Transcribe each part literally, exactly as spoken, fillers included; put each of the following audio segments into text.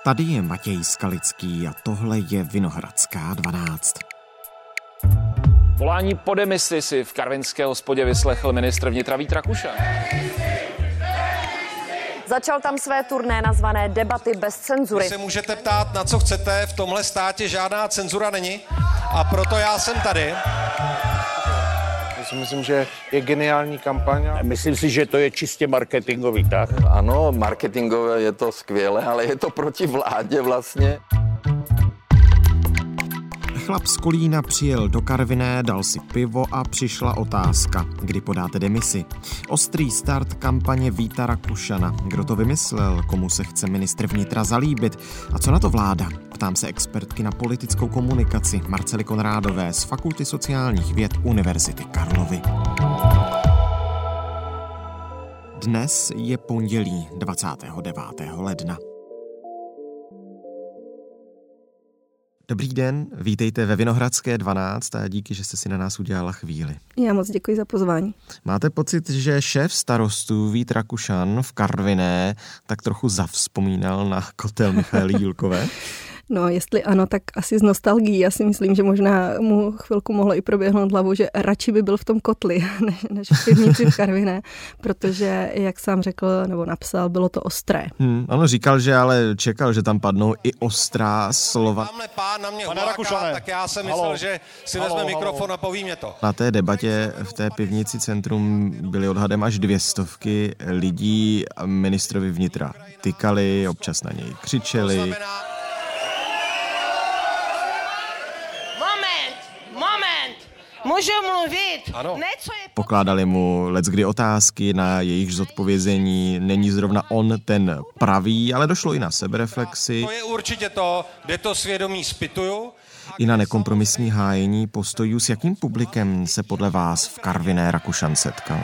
Tady je Matěj Skalický a tohle je Vinohradská dvanáct. Volání po demisi si v karvinské hospodě vyslechl ministr vnitra Vít Rakušan. Začal tam své turné nazvané Debaty bez cenzury. Vy se můžete ptát, na co chcete, v tomhle státě žádná cenzura není a proto já jsem tady. Myslím, že je geniální kampaň. Myslím si, že to je čistě marketingový tah. Ano, marketingové je to skvělé, ale je to proti vládě vlastně. Chlap z Kolína přijel do Karviné, dal si pivo a přišla otázka, kdy podáte demisi. Ostrý start kampaně Víta Rakušana. Kdo to vymyslel, komu se chce ministr vnitra zalíbit a co na to vláda? Ptám se expertky na politickou komunikaci Marcely Konrádové z Fakulty sociálních věd Univerzity Karlovy. Dnes je pondělí dvacátého devátého ledna. Dobrý den, vítejte ve Vinohradské dvanáct a díky, že jste si na nás udělala chvíli. Já moc děkuji za pozvání. Máte pocit, že šéf starostů Vít Rakušan v Karviné tak trochu zavzpomínal na kotel Michaely Jílkové? No, jestli ano, tak asi z nostalgií. Já si myslím, že možná mu chvilku mohlo i proběhnout hlavou, že radši by byl v tom kotli, než, než v pivnici v Karviné, protože, jak sám řekl nebo napsal, bylo to ostré. Hmm, ano, říkal, že ale čekal, že tam padnou i ostrá slova. Tamhle pán na mě huláká, tak já jsem myslel, halo. že si vezme halo, mikrofon halo. a poví mě to. Na té debatě v té pivnici Centrum byly odhadem až dvě stovky lidí a ministrovi vnitra tykali, občas na něj křičeli. Můžu mluvit? Ano. Je... Pokládali mu leckdy otázky, na jejich zodpovězení. Není zrovna on ten pravý, ale došlo i na sebereflexi. To je určitě to, kde to svědomí zpytuju. I na nekompromisní hájení postojů. S jakým publikem se podle vás v Karviné Rakušan setkal?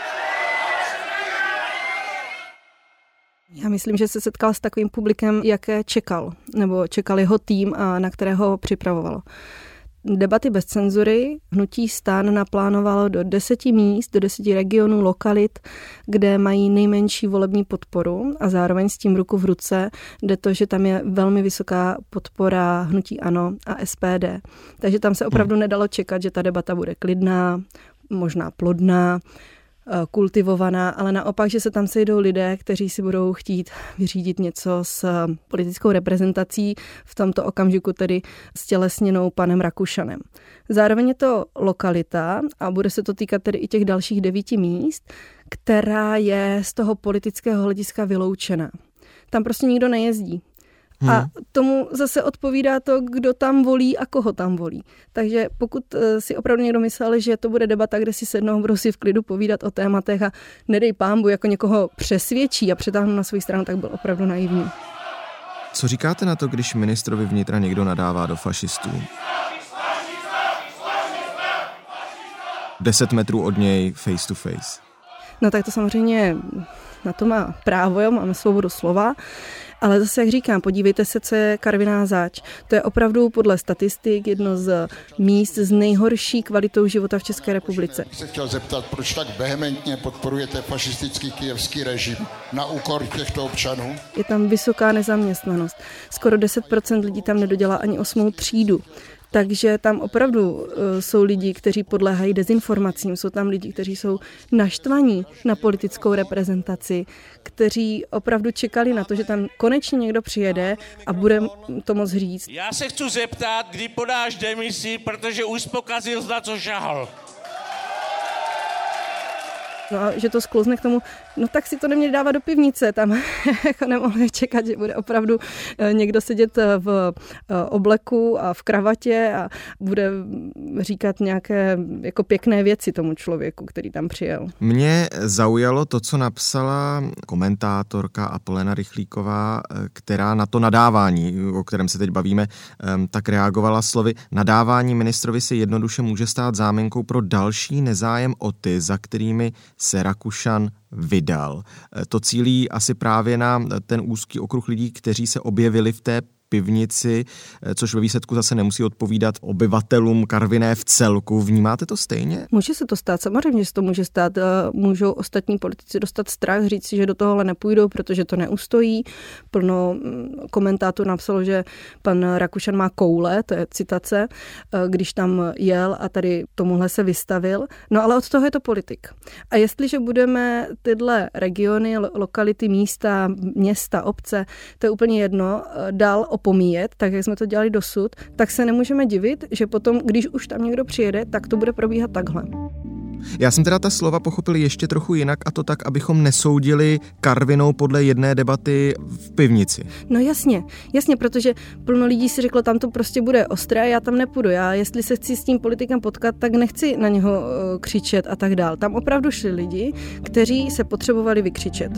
Já myslím, že se setkal s takovým publikem, jaké čekal, nebo čekal jeho tým a na kterého ho připravovalo. Debaty bez cenzury hnutí STAN naplánovalo do deseti míst, do deseti regionů, lokalit, kde mají nejmenší volební podporu a zároveň s tím ruku v ruce jde to, že tam je velmi vysoká podpora hnutí ANO a S P D. Takže tam se opravdu nedalo čekat, že ta debata bude klidná, možná plodná, kultivovaná, ale naopak, že se tam sejdou lidé, kteří si budou chtít vyřídit něco s politickou reprezentací, v tomto okamžiku tedy stělesněnou panem Rakušanem. Zároveň je to lokalita a bude se to týkat tedy i těch dalších devíti míst, která je z toho politického hlediska vyloučená. Tam prostě nikdo nejezdí. A tomu zase odpovídá to, kdo tam volí a koho tam volí. Takže pokud si opravdu někdo myslel, že to bude debata, kde si sednou, budou si v klidu povídat o tématech a nedej pánbu, jako někoho přesvědčí a přetáhnou na svou stranu, tak byl opravdu naivní. Co říkáte na to, když ministrovi vnitra někdo nadává do fašistů? Deset metrů od něj face to face. No tak to samozřejmě na to má právo, jo, máme svobodu slova. Ale zase, jak říkám, podívejte se, co je Karviná zač. To je opravdu podle statistik jedno z míst s nejhorší kvalitou života v České republice. Bych se chtěl zeptat, proč tak vehementně podporujete fašistický kyjevský režim na úkor těchto občanů? Je tam vysoká nezaměstnanost. Skoro deset procent lidí tam nedodělá ani osmou třídu. Takže tam opravdu uh, jsou lidi, kteří podléhají dezinformacím, jsou tam lidi, kteří jsou naštvaní na politickou reprezentaci, kteří opravdu čekali na to, že tam konečně někdo přijede a bude to moc říct. Já se chci zeptat, kdy podáš demisi, protože už pokazil, za co žahal. No a že to sklouzne k tomu, no tak si to neměli dávat do pivnice, tam jako nemohli čekat, že bude opravdu někdo sedět v obleku a v kravatě a bude říkat nějaké jako pěkné věci tomu člověku, který tam přijel. Mě zaujalo to, co napsala komentátorka Apolena Rychlíková, která na to nadávání, o kterém se teď bavíme, tak reagovala slovy: nadávání ministrovi se jednoduše může stát záminkou pro další nezájem o ty, za kterými se Rakušan vydal. To cílí asi právě na ten úzký okruh lidí, kteří se objevili v té pivnici, což ve výsledku zase nemusí odpovídat obyvatelům Karviné v celku. Vnímáte to stejně? Může se to stát, samozřejmě se to může stát. Můžou ostatní politici dostat strach, říct si, že do tohohle nepůjdou, protože to neustojí. Plno komentátorů napsalo, že pan Rakušan má koule, to je citace, když tam jel a tady tomuhle se vystavil. No ale od toho je to politik. A jestliže budeme tyhle regiony, lokality, místa, města, obce, to je úplně jedno, dál opomíjet, tak jak jsme to dělali dosud, tak se nemůžeme divit, že potom, když už tam někdo přijede, tak to bude probíhat takhle. Já jsem teda ta slova pochopil ještě trochu jinak, a to tak, abychom nesoudili Karvinou podle jedné debaty v pivnici. No jasně, jasně, protože plno lidí si řeklo, tam to prostě bude ostré, já tam nepůjdu. Já jestli se chci s tím politikem potkat, tak nechci na něho uh, křičet a tak dál. Tam opravdu šli lidi, kteří se potřebovali vykřičet.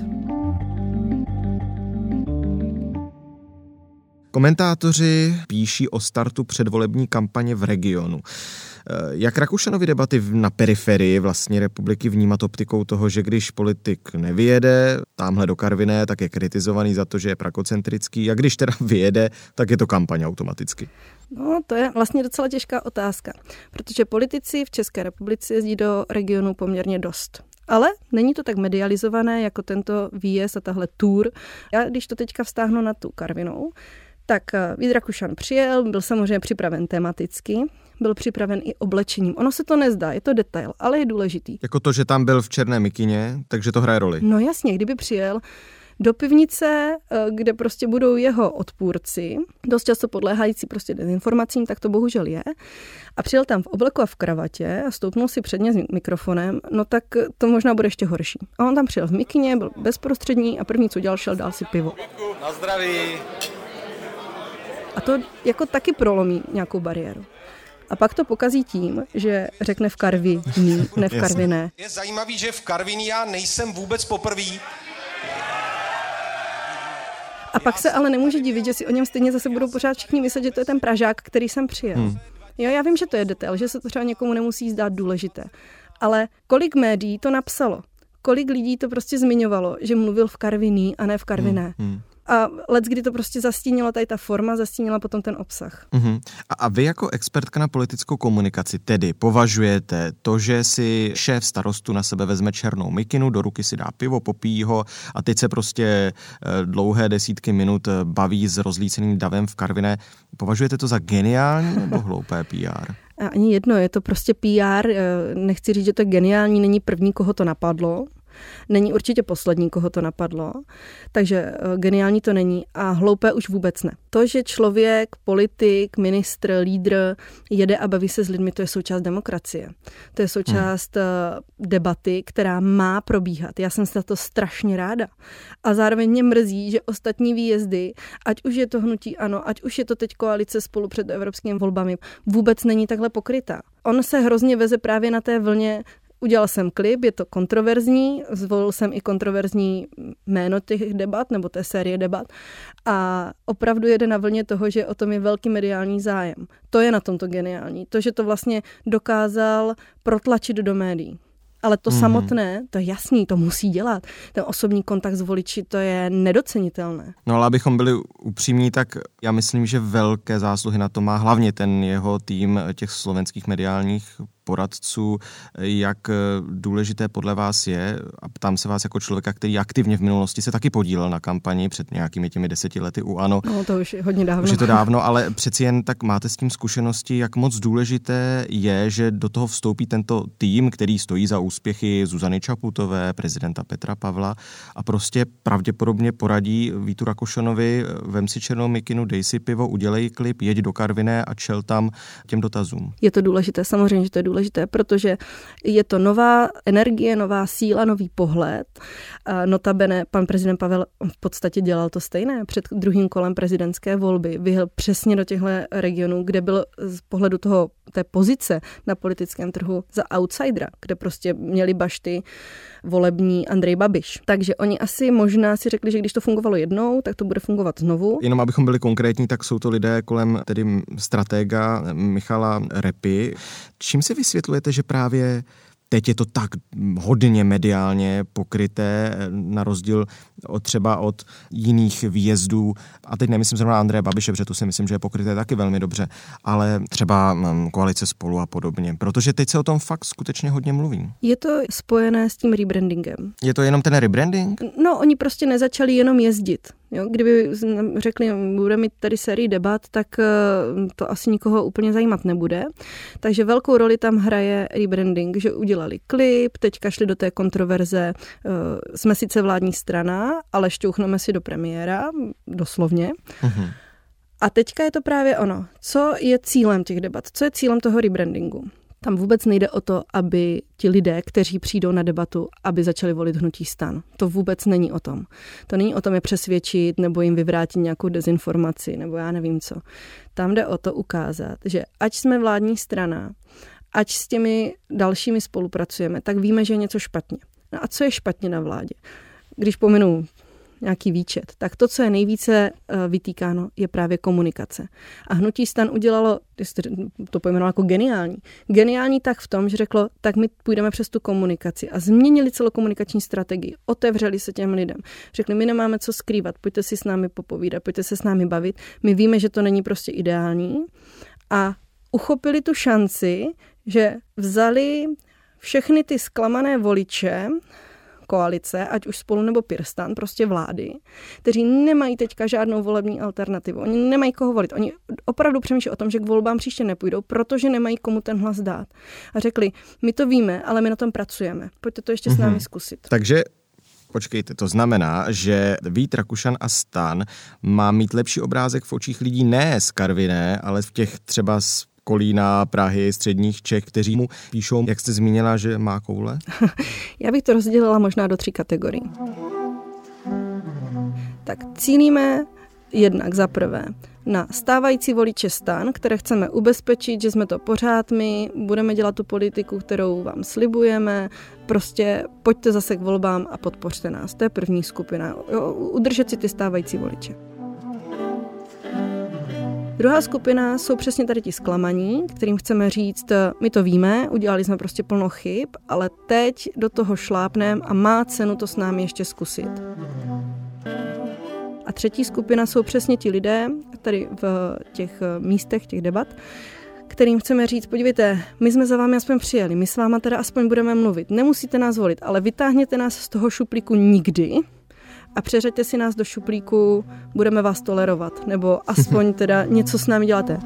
Komentátoři píší o startu předvolební kampaně v regionu. Jak Rakušanovy debaty na periferii vlastně republiky vnímat optikou toho, že když politik nevyjede támhle do Karviné, tak je kritizovaný za to, že je prakocentrický, a když teda vyjede, tak je to kampaň automaticky? No, to je vlastně docela těžká otázka, protože politici v České republice jezdí do regionu poměrně dost. Ale není to tak medializované jako tento výjezd a tahle tour. Já když to teďka vztáhnu na tu Karvinou, tak Vít Rakušan přijel, byl samozřejmě připraven tematicky, byl připraven i oblečením. Ono se to nezdá, je to detail, ale je důležitý. Jako to, že tam byl v černé mikině, takže to hraje roli. No jasně, kdyby přijel do pivnice, kde prostě budou jeho odpůrci, dost často podléhající prostě dezinformacím, tak to bohužel je, a přijel tam v obleku a v kravatě a stoupnul si před ně s mikrofonem, no tak to možná bude ještě horší. A on tam přijel v mikině, byl bezprostřední a první, co dělal, šel dál si pivo. Na zdraví. A to jako taky prolomí nějakou bariéru. A pak to pokazí tím, že řekne v Karviní, ne v Karviné. Je zajímavý, že v Karviní já nejsem vůbec poprvý. A pak se ale nemůže divit, že si o něm stejně zase budou pořád všichni myslet, že to je ten Pražák, který sem přijel. Hmm. Jo, já vím, že to je detail, že se to třeba někomu nemusí zdát důležité. Ale kolik médií to napsalo? Kolik lidí to prostě zmiňovalo, že mluvil v Karviní a ne v Karviné? Hmm. Hmm. A leckdy to prostě zastínilo, tady ta forma zastínila potom ten obsah. Uhum. A, a vy jako expertka na politickou komunikaci tedy považujete to, že si šéf starostu na sebe vezme černou mikinu, do ruky si dá pivo, popíjí ho a teď se prostě e, dlouhé desítky minut baví s rozlíceným davem v Karviné, považujete to za geniální nebo hloupé P R? Ani jedno, je to prostě P R, nechci říct, že to je geniální, není první, koho to napadlo. Není určitě poslední, koho to napadlo, takže geniální to není a hloupé už vůbec ne. To, že člověk, politik, ministr, lídr jede a baví se s lidmi, to je součást demokracie. To je součást hmm. debaty, která má probíhat. Já jsem za to strašně ráda. A zároveň mě mrzí, že ostatní výjezdy, ať už je to hnutí ANO, ať už je to teď koalice Spolu před evropskými volbami, vůbec není takhle pokrytá. On se hrozně veze právě na té vlně. Udělal jsem klip, je to kontroverzní, zvolil jsem i kontroverzní jméno těch debat, nebo té série debat a opravdu jede na vlně toho, že o tom je velký mediální zájem. To je na tomto geniální. To, že to vlastně dokázal protlačit do médií. Ale to mm. samotné, to je jasný, to musí dělat. Ten osobní kontakt s voliči, to je nedocenitelné. No ale abychom byli upřímní, tak já myslím, že velké zásluhy na to má hlavně ten jeho tým těch slovenských mediálních poradců, jak důležité podle vás je, a ptám se vás jako člověka, který aktivně v minulosti se taky podílel na kampani před nějakými těmi deseti lety u ANO. No to už je hodně dávno. Už je to dávno, ale přeci jen tak máte s tím zkušenosti, jak moc důležité je, že do toho vstoupí tento tým, který stojí za úspěchy Zuzany Čaputové, prezidenta Petra Pavla a prostě pravděpodobně poradí Vítu Rakušanovi, vem si černou mikinu, dej si pivo, udělej klip, jeď do Karviné a čel tam těm dotazům. Je to důležité, samozřejmě, že to je důležité, protože je to nová energie, nová síla, nový pohled. Notabene pan prezident Pavel v podstatě dělal to stejné. Před druhým kolem prezidentské volby vyjel přesně do těchto regionů, kde byl z pohledu toho, té pozice na politickém trhu za outsidera, kde prostě měli bašty volební Andrej Babiš. Takže oni asi možná si řekli, že když to fungovalo jednou, tak to bude fungovat znovu. Jenom abychom byli konkrétní, tak jsou to lidé kolem tedy stratega Michala Repy. Čím si vysvětlujete, že právě teď je to tak hodně mediálně pokryté, na rozdíl od třeba od jiných výjezdů. A teď nemyslím zrovna Andreje Babiše, protože to si myslím, že je pokryté taky velmi dobře, ale třeba koalice Spolu a podobně. Protože teď se o tom fakt skutečně hodně mluví. Je to spojené s tím rebrandingem. Je to jenom ten rebranding? No, oni prostě nezačali jenom jezdit. Jo, kdyby řekli, budeme mít tady sérii debat, tak to asi nikoho úplně zajímat nebude. Takže velkou roli tam hraje rebranding, že udělali klip, teďka šli do té kontroverze, jsme sice vládní strana, ale šťouchneme si do premiéra, doslovně. Uh-huh. A teďka je to právě ono. Co je cílem těch debat? Co je cílem toho rebrandingu? Tam vůbec nejde o to, aby ti lidé, kteří přijdou na debatu, aby začali volit hnutí STAN. To vůbec není o tom. To není o tom je přesvědčit nebo jim vyvrátit nějakou dezinformaci nebo já nevím co. Tam jde o to ukázat, že ať jsme vládní strana, ať s těmi dalšími spolupracujeme, tak víme, že je něco špatně. No a co je špatně na vládě? Když pominu nějaký výčet, tak to, co je nejvíce vytýkáno, je právě komunikace. A hnutí STAN udělalo, to pojmenovalo jako geniální, geniální tak v tom, že řeklo, tak my půjdeme přes tu komunikaci a změnili celou komunikační strategii, otevřeli se těm lidem. Řekli, my nemáme co skrývat, pojďte si s námi popovídat, pojďte se s námi bavit, my víme, že to není prostě ideální a uchopili tu šanci, že vzali všechny ty zklamané voliče koalice, ať už Spolu nebo PirSTAN, prostě vlády, kteří nemají teďka žádnou volební alternativu. Oni nemají koho volit. Oni opravdu přemýšlí o tom, že k volbám příště nepůjdou, protože nemají komu ten hlas dát. A řekli, my to víme, ale my na tom pracujeme. Pojďte to ještě mm-hmm. s námi zkusit. Takže počkejte, to znamená, že Vít Rakušan a STAN má mít lepší obrázek v očích lidí ne z Karviné, ale v těch třeba z Kolína, Prahy, středních Čech, kteří mu píšou, jak jste zmínila, že má koule? Já bych to rozdělila možná do tří kategorií. Tak cílíme jednak za prvé na stávající voliče STAN, které chceme ubezpečit, že jsme to pořád my, budeme dělat tu politiku, kterou vám slibujeme, prostě pojďte zase k volbám a podpořte nás. To je první skupina. Jo, udržet si ty stávající voliče. Druhá skupina jsou přesně tady ti zklamaní, kterým chceme říct, my to víme, udělali jsme prostě plno chyb, ale teď do toho šlápneme a má cenu to s námi ještě zkusit. A třetí skupina jsou přesně ti lidé, tady v těch místech, těch debat, kterým chceme říct, podívejte, my jsme za vámi aspoň přijeli, my s váma teda aspoň budeme mluvit, nemusíte nás volit, ale vytáhněte nás z toho šuplíku nikdy, a přeřaďte si nás do šuplíku, budeme vás tolerovat, nebo aspoň teda něco s námi děláte.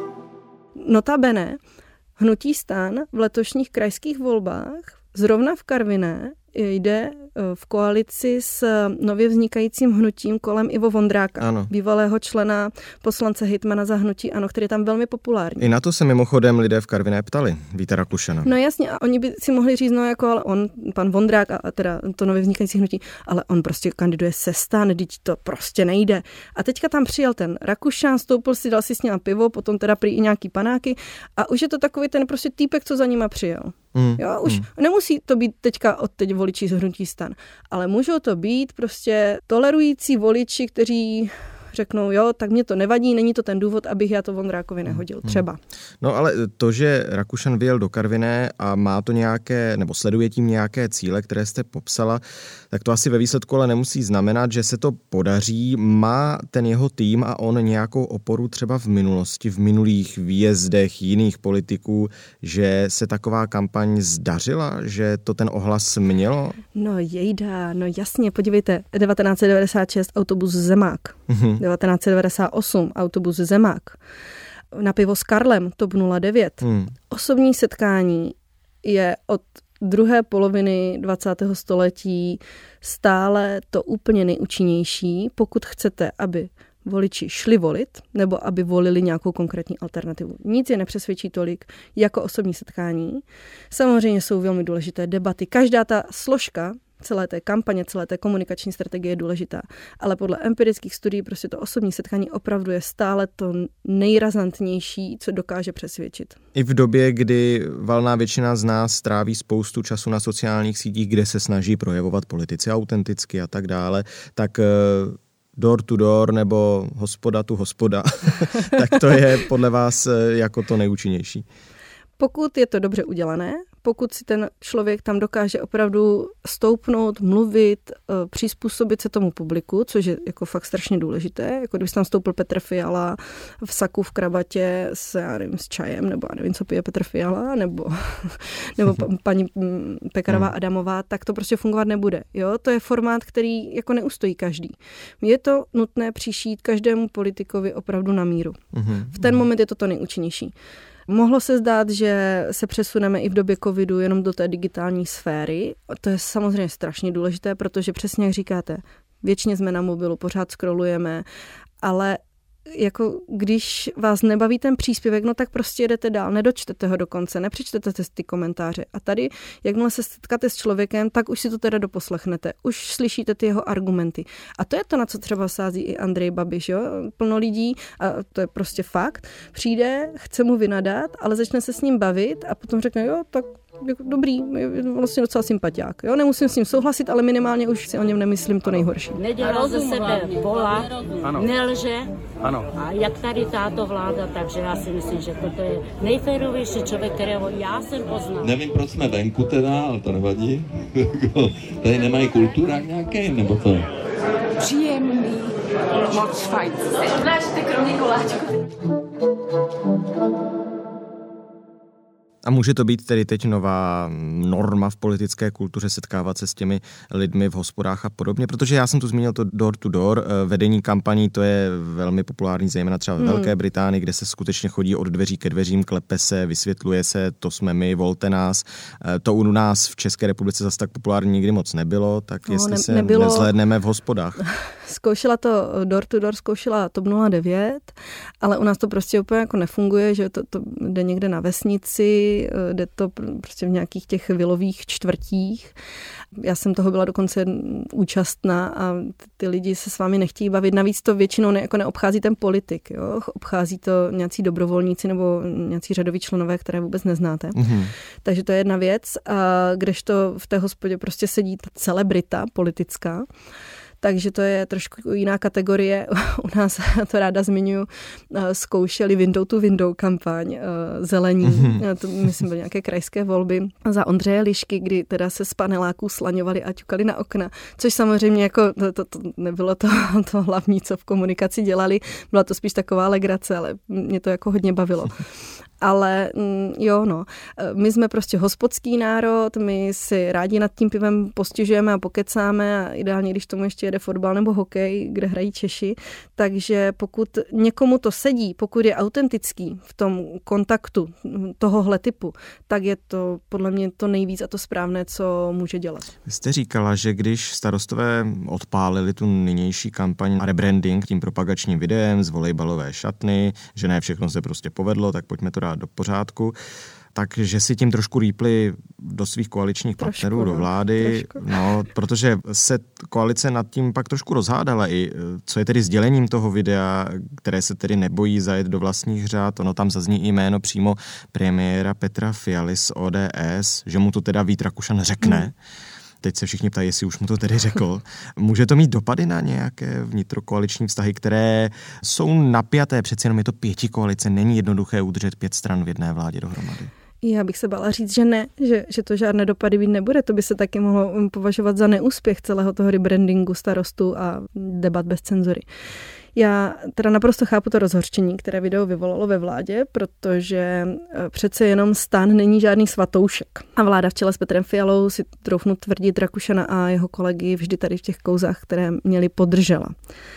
Notabene, hnutí STAN v letošních krajských volbách zrovna v Karviné jde v koalici s nově vznikajícím hnutím kolem Ivo Vondráka, ano. Bývalého člena poslance hejtmana za hnutí ANO, který je tam velmi populární. I na to se mimochodem lidé v Karviné ptali, Víta Rakušana. No jasně, a oni by si mohli říct, no jako, ale on, pan Vondrák a, a teda to nově vznikající hnutí, ale on prostě kandiduje se STAN, teď to prostě nejde. A teďka tam přijel ten Rakušan, stoupil si, dal si s ním na pivo, potom teda prý i nějaký panáky a už je to takový ten prostě týpek, co za nima přijel. Mm, jo, už mm. nemusí to být teďka od teď voliči z hnutí STAN, ale můžou to být prostě tolerující voliči, kteří řeknou, jo, tak mě to nevadí, není to ten důvod, abych já to Vondrákovi nehodil, třeba. No ale to, že Rakušan vyjel do Karviné a má to nějaké, nebo sleduje tím nějaké cíle, které jste popsala, tak to asi ve výsledku ale nemusí znamenat, že se to podaří. Má ten jeho tým a on nějakou oporu třeba v minulosti, v minulých výjezdech jiných politiků, že se taková kampaň zdařila, že to ten ohlas mělo? No jejda, no jasně, podívejte, devatenáct set devadesát šest autobus Zemák. Mm-hmm. devatenáct set devadesát osm autobus Zemák, na pivo s Karlem, TOP nula devět. Hmm. Osobní setkání je od druhé poloviny dvacátého století stále to úplně nejúčinnější, pokud chcete, aby voliči šli volit, nebo aby volili nějakou konkrétní alternativu. Nic je nepřesvědčí tolik jako osobní setkání. Samozřejmě jsou velmi důležité debaty. Každá ta složka celé té kampaně, celé té komunikační strategie je důležitá. Ale podle empirických studií prostě to osobní setkání opravdu je stále to nejrazantnější, co dokáže přesvědčit. I v době, kdy valná většina z nás stráví spoustu času na sociálních sítích, kde se snaží projevovat politici autenticky a tak dále, tak door to door nebo hospoda tu hospoda, tak to je podle vás jako to nejúčinnější. Pokud je to dobře udělané, pokud si ten člověk tam dokáže opravdu stoupnout, mluvit, přizpůsobit se tomu publiku, což je jako fakt strašně důležité, jako kdyby tam stoupil Petr Fiala v saku, v krabatě s, já nevím, s čajem, nebo já nevím, co pije Petr Fiala, nebo, nebo paní Pekarová Adamová, tak to prostě fungovat nebude. Jo? To je formát, který jako neustojí každý. Je to nutné přišít každému politikovi opravdu na míru. V ten moment je to to nejúčinnější. Mohlo se zdát, že se přesuneme i v době covidu jenom do té digitální sféry. To je samozřejmě strašně důležité, protože přesně jak říkáte, věčně jsme na mobilu, pořád scrollujeme, ale jako když vás nebaví ten příspěvek, no tak prostě jedete dál, nedočtete ho do konce, nepřečtete ty komentáře. A tady, jakmile se setkáte s člověkem, tak už si to teda doposlechnete, už slyšíte ty jeho argumenty. A to je to, na co třeba sází i Andrej Babiš, jo? Plno lidí, a to je prostě fakt, přijde, chce mu vynadat, ale začne se s ním bavit a potom řekne, jo, tak dobrý, vlastně docela sympatiák. Jo? Nemusím s ním souhlasit, ale minimálně už si o něm nemyslím to nejhorší. Nedělá ze sebe bola, nelže. Ano. A jak tady táto vláda, takže já si myslím, že toto je nejférovější člověk, kterého já jsem poznal. Nevím, proč jsme venku teda, ale to nevadí. Tady nemají kulturák nějaký, nebo to? Příjemný, moc fajn. Odnášíte kromě koláčku. A může to být tedy teď nová norma v politické kultuře setkávat se s těmi lidmi v hospodách a podobně? Protože já jsem tu zmínil to door to door, vedení kampaní, to je velmi populární, zejména třeba v hmm. Velké Británii, kde se skutečně chodí od dveří ke dveřím, klepe se, vysvětluje se, to jsme my, volte nás. To u nás v České republice zase tak populární nikdy moc nebylo, tak no, jestli ne, se nebylo... nezhlédneme v hospodách. Zkoušela to door to door, zkoušela TOP nula devět, ale u nás to prostě úplně jako nefunguje, že to, to jde někde na vesnici, jde to prostě v nějakých těch vilových čtvrtích. Já jsem toho byla dokonce účastná a ty lidi se s vámi nechtějí bavit. Navíc to většinou ne, jako neobchází ten politik. Jo? Obchází to nějací dobrovolníci nebo nějací řadoví členové, které vůbec neznáte. Mm-hmm. Takže to je jedna věc. A kdežto v té hospodě prostě sedí ta celebrita politická, takže to je trošku jiná kategorie. U nás, to ráda zmiňuji, zkoušeli window to window kampaň zelení. Mm-hmm. To myslím byly nějaké krajské volby za Ondřeje Lišky, kdy teda se z paneláků slaňovali a ťukali na okna, což samozřejmě jako to, to, to nebylo to, to hlavní, co v komunikaci dělali. Byla to spíš taková legrace, ale mě to jako hodně bavilo. Ale jo, no, my jsme prostě hospodský národ, my si rádi nad tím pivem postěžujeme a pokecáme a ideálně, když tomu ještě jede fotbal nebo hokej, kde hrají Češi, takže pokud někomu to sedí, pokud je autentický v tom kontaktu tohohle typu, tak je to podle mě to nejvíc a to správné, co může dělat. Vy jste říkala, že když starostové odpálili tu nynější kampaň a rebranding tím propagačním videem z volejbalové šatny, že ne všechno se prostě povedlo, tak pojďme to do pořádku, takže si tím trošku rýpli do svých koaličních trošku, partnerů, do vlády, no, protože se koalice nad tím pak trošku rozhádala i, co je tedy sdělením toho videa, které se tedy nebojí zajet do vlastních řád, ono tam zazní i jméno přímo premiéra Petra Fialy z O D S, že mu to teda Vít Rakušan řekne, hmm. Teď se všichni ptají, jestli už mu to tedy řekl. Může to mít dopady na nějaké vnitrokoaliční vztahy, které jsou napjaté? Přeci jenom je to pětikoalice, není jednoduché udržet pět stran v jedné vládě dohromady. Já bych se bála říct, že ne, že, že to žádné dopady být nebude. To by se taky mohlo považovat za neúspěch celého toho rebrandingu Starostů a debat bez cenzury. Já teda naprosto chápu to rozhořčení, které video vyvolalo ve vládě, protože přece jenom STAN není žádný svatoušek. A vláda v čele s Petrem Fialou si troufnu tvrdit Rakušana a jeho kolegy vždy tady v těch kouzách, které měli, podržela.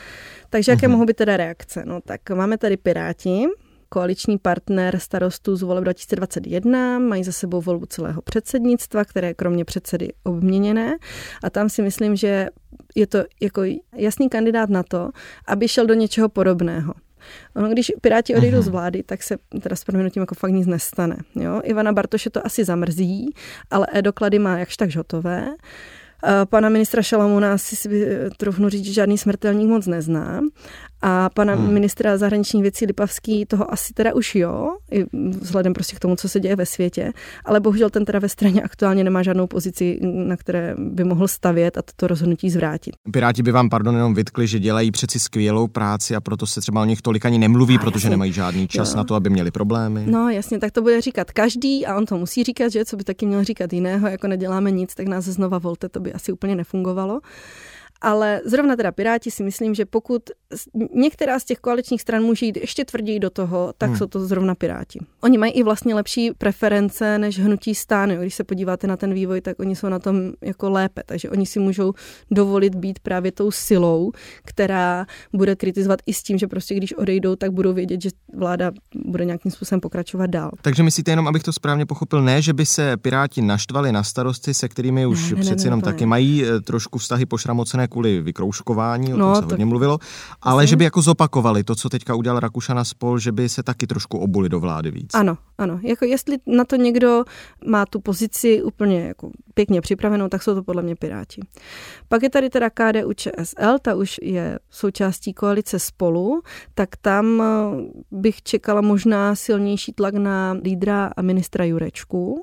Takže jaké uh-huh. mohou být teda reakce? No tak máme tady Piráti, koaliční partner Starostů z voleb dva tisíce dvacet jedna, mají za sebou volbu celého předsednictva, které je kromě předsedy obměněné a tam si myslím, že je to jako jasný kandidát na to, aby šel do něčeho podobného. Ono, když Piráti odejdou z vlády, tak se teda s prominutím jako fakt nic nestane. Jo? Ivana Bartoše to asi zamrzí, ale e-doklady má jakž takž hotové. Pana ministra Šalomouna si troufnu říct, že žádný smrtelník moc nezná. A pana hmm. ministra zahraničních věcí Lipavský toho asi teda už jo, i vzhledem prostě k tomu, co se děje ve světě, ale bohužel ten teda ve straně aktuálně nemá žádnou pozici, na které by mohl stavět a toto rozhodnutí zvrátit. Piráti by vám, pardon, jenom vytkli, že dělají přeci skvělou práci a proto se třeba o nich tolik ani nemluví, a protože jasně. nemají žádný čas jo. na to, aby měli problémy. No jasně, tak to bude říkat každý a on to musí říkat, že co by taky měl říkat jiného, jako neděláme nic, tak nás znova volte, to by asi úplně nefungovalo. Ale zrovna teda Piráti si myslím, že pokud některá z těch koaličních stran může jít ještě tvrději do toho, tak hmm. jsou to zrovna Piráti. Oni mají i vlastně lepší preference než hnutí STAN. Když se podíváte na ten vývoj, tak oni jsou na tom jako lépe. Takže oni si můžou dovolit být právě tou silou, která bude kritizovat i s tím, že prostě když odejdou, tak budou vědět, že vláda bude nějakým způsobem pokračovat dál. Takže myslíte jenom, abych to správně pochopil, ne, že by se Piráti naštvali na starosty, se kterými už ne, ne, přeci ne, jenom taky mají trošku vztahy pošramocené kvůli vykroužkování, o tom no, se hodně mluvilo, ale že by jako zopakovali to, co teďka udělal Rakušan a spol, že by se taky trošku obuli do vlády víc. Ano, ano. Jako jestli na to někdo má tu pozici úplně jako pěkně připravenou, tak jsou to podle mě Piráti. Pak je tady teda K D U Č S L, ta už je součástí koalice Spolu, tak tam bych čekala možná silnější tlak na lídra a ministra Jurečku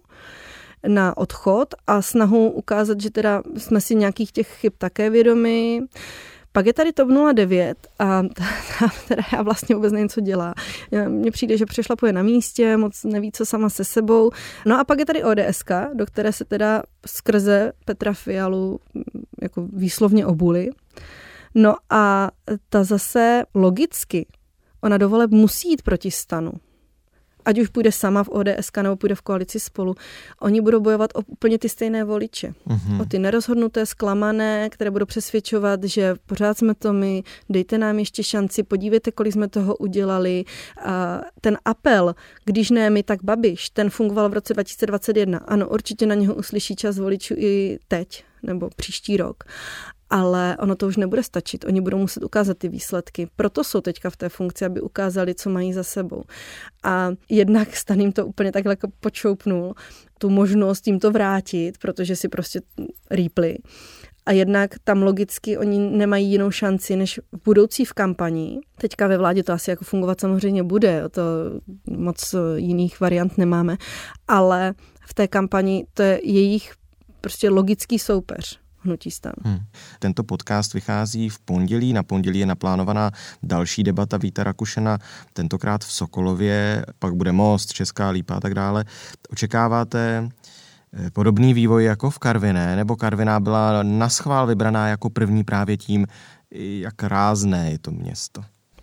na odchod a snahu ukázat, že teda jsme si nějakých těch chyb také vědomi. Pak je tady TOP nula devět a teda já vlastně vůbec nevím, co dělá. Mně přijde, že přešlapuje na místě, moc neví, co sama se sebou. No a pak je tady O D S ka, do které se teda skrze Petra Fialu jako výslovně obuli. No a ta zase logicky, ona do voleb musí jít proti STANu. Ať už půjde sama v O D S ka nebo půjde v koalici Spolu, oni budou bojovat o úplně ty stejné voliče. Mm-hmm. O ty nerozhodnuté, zklamané, které budou přesvědčovat, že pořád jsme to my, dejte nám ještě šanci, podívejte, kolik jsme toho udělali. A ten apel, když ne my, tak Babiš, ten fungoval v roce dva tisíce dvacet jedna. Ano, určitě na něho uslyší čas voličů i teď, nebo příští rok. Ale ono to už nebude stačit. Oni budou muset ukázat ty výsledky. Proto jsou teďka v té funkci, aby ukázali, co mají za sebou. A jednak Stan jim to úplně takhle jako počoupnul, tu možnost jim to vrátit, protože si prostě rýpli. A jednak tam logicky oni nemají jinou šanci, než v budoucí v kampani. Teďka ve vládě to asi jako fungovat samozřejmě bude, to moc jiných variant nemáme, ale v té kampani to je jejich prostě logický soupeř. Hnutí STAN. Hmm. Tento podcast vychází v pondělí. Na pondělí je naplánovaná další debata Víta Rakušana, tentokrát v Sokolově, pak bude Most, Česká Lípa a tak dále. Očekáváte podobný vývoj jako v Karviné, nebo Karviná byla naschvál vybraná jako první právě tím, jak rázné je to město?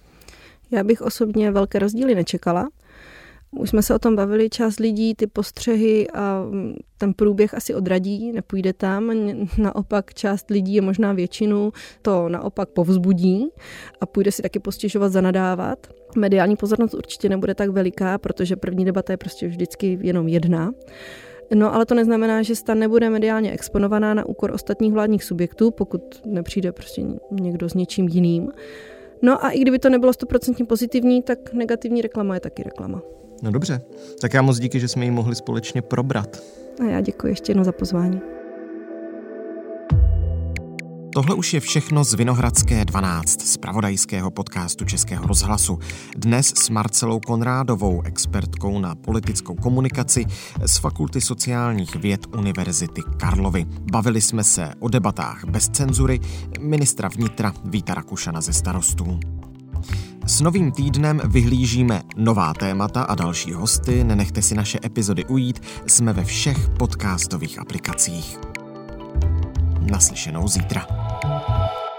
Já bych osobně velké rozdíly nečekala. Už jsme se o tom bavili, část lidí ty postřehy a ten průběh asi odradí, nepůjde tam. Naopak část lidí je možná většinu, to naopak povzbudí a půjde si taky postěžovat, zanadávat. Mediální pozornost určitě nebude tak veliká, protože první debata je prostě vždycky jenom jedna. No ale to neznamená, že STAN nebude mediálně exponovaná na úkor ostatních vládních subjektů, pokud nepřijde prostě někdo s něčím jiným. No a i kdyby to nebylo stoprocentně pozitivní, tak negativní reklama je taky reklama. No dobře, tak já moc díky, že jsme ji mohli společně probrat. A já děkuji ještě jednou za pozvání. Tohle už je všechno z Vinohradské dvanáct, z zpravodajského podcastu Českého rozhlasu. Dnes s Marcelou Konrádovou, expertkou na politickou komunikaci z Fakulty sociálních věd Univerzity Karlovy. Bavili jsme se o debatách bez cenzury ministra vnitra Víta Rakušana ze Starostů. S novým týdnem vyhlížíme nová témata a další hosty. Nenechte si naše epizody ujít, jsme ve všech podcastových aplikacích. Naslyšenou zítra.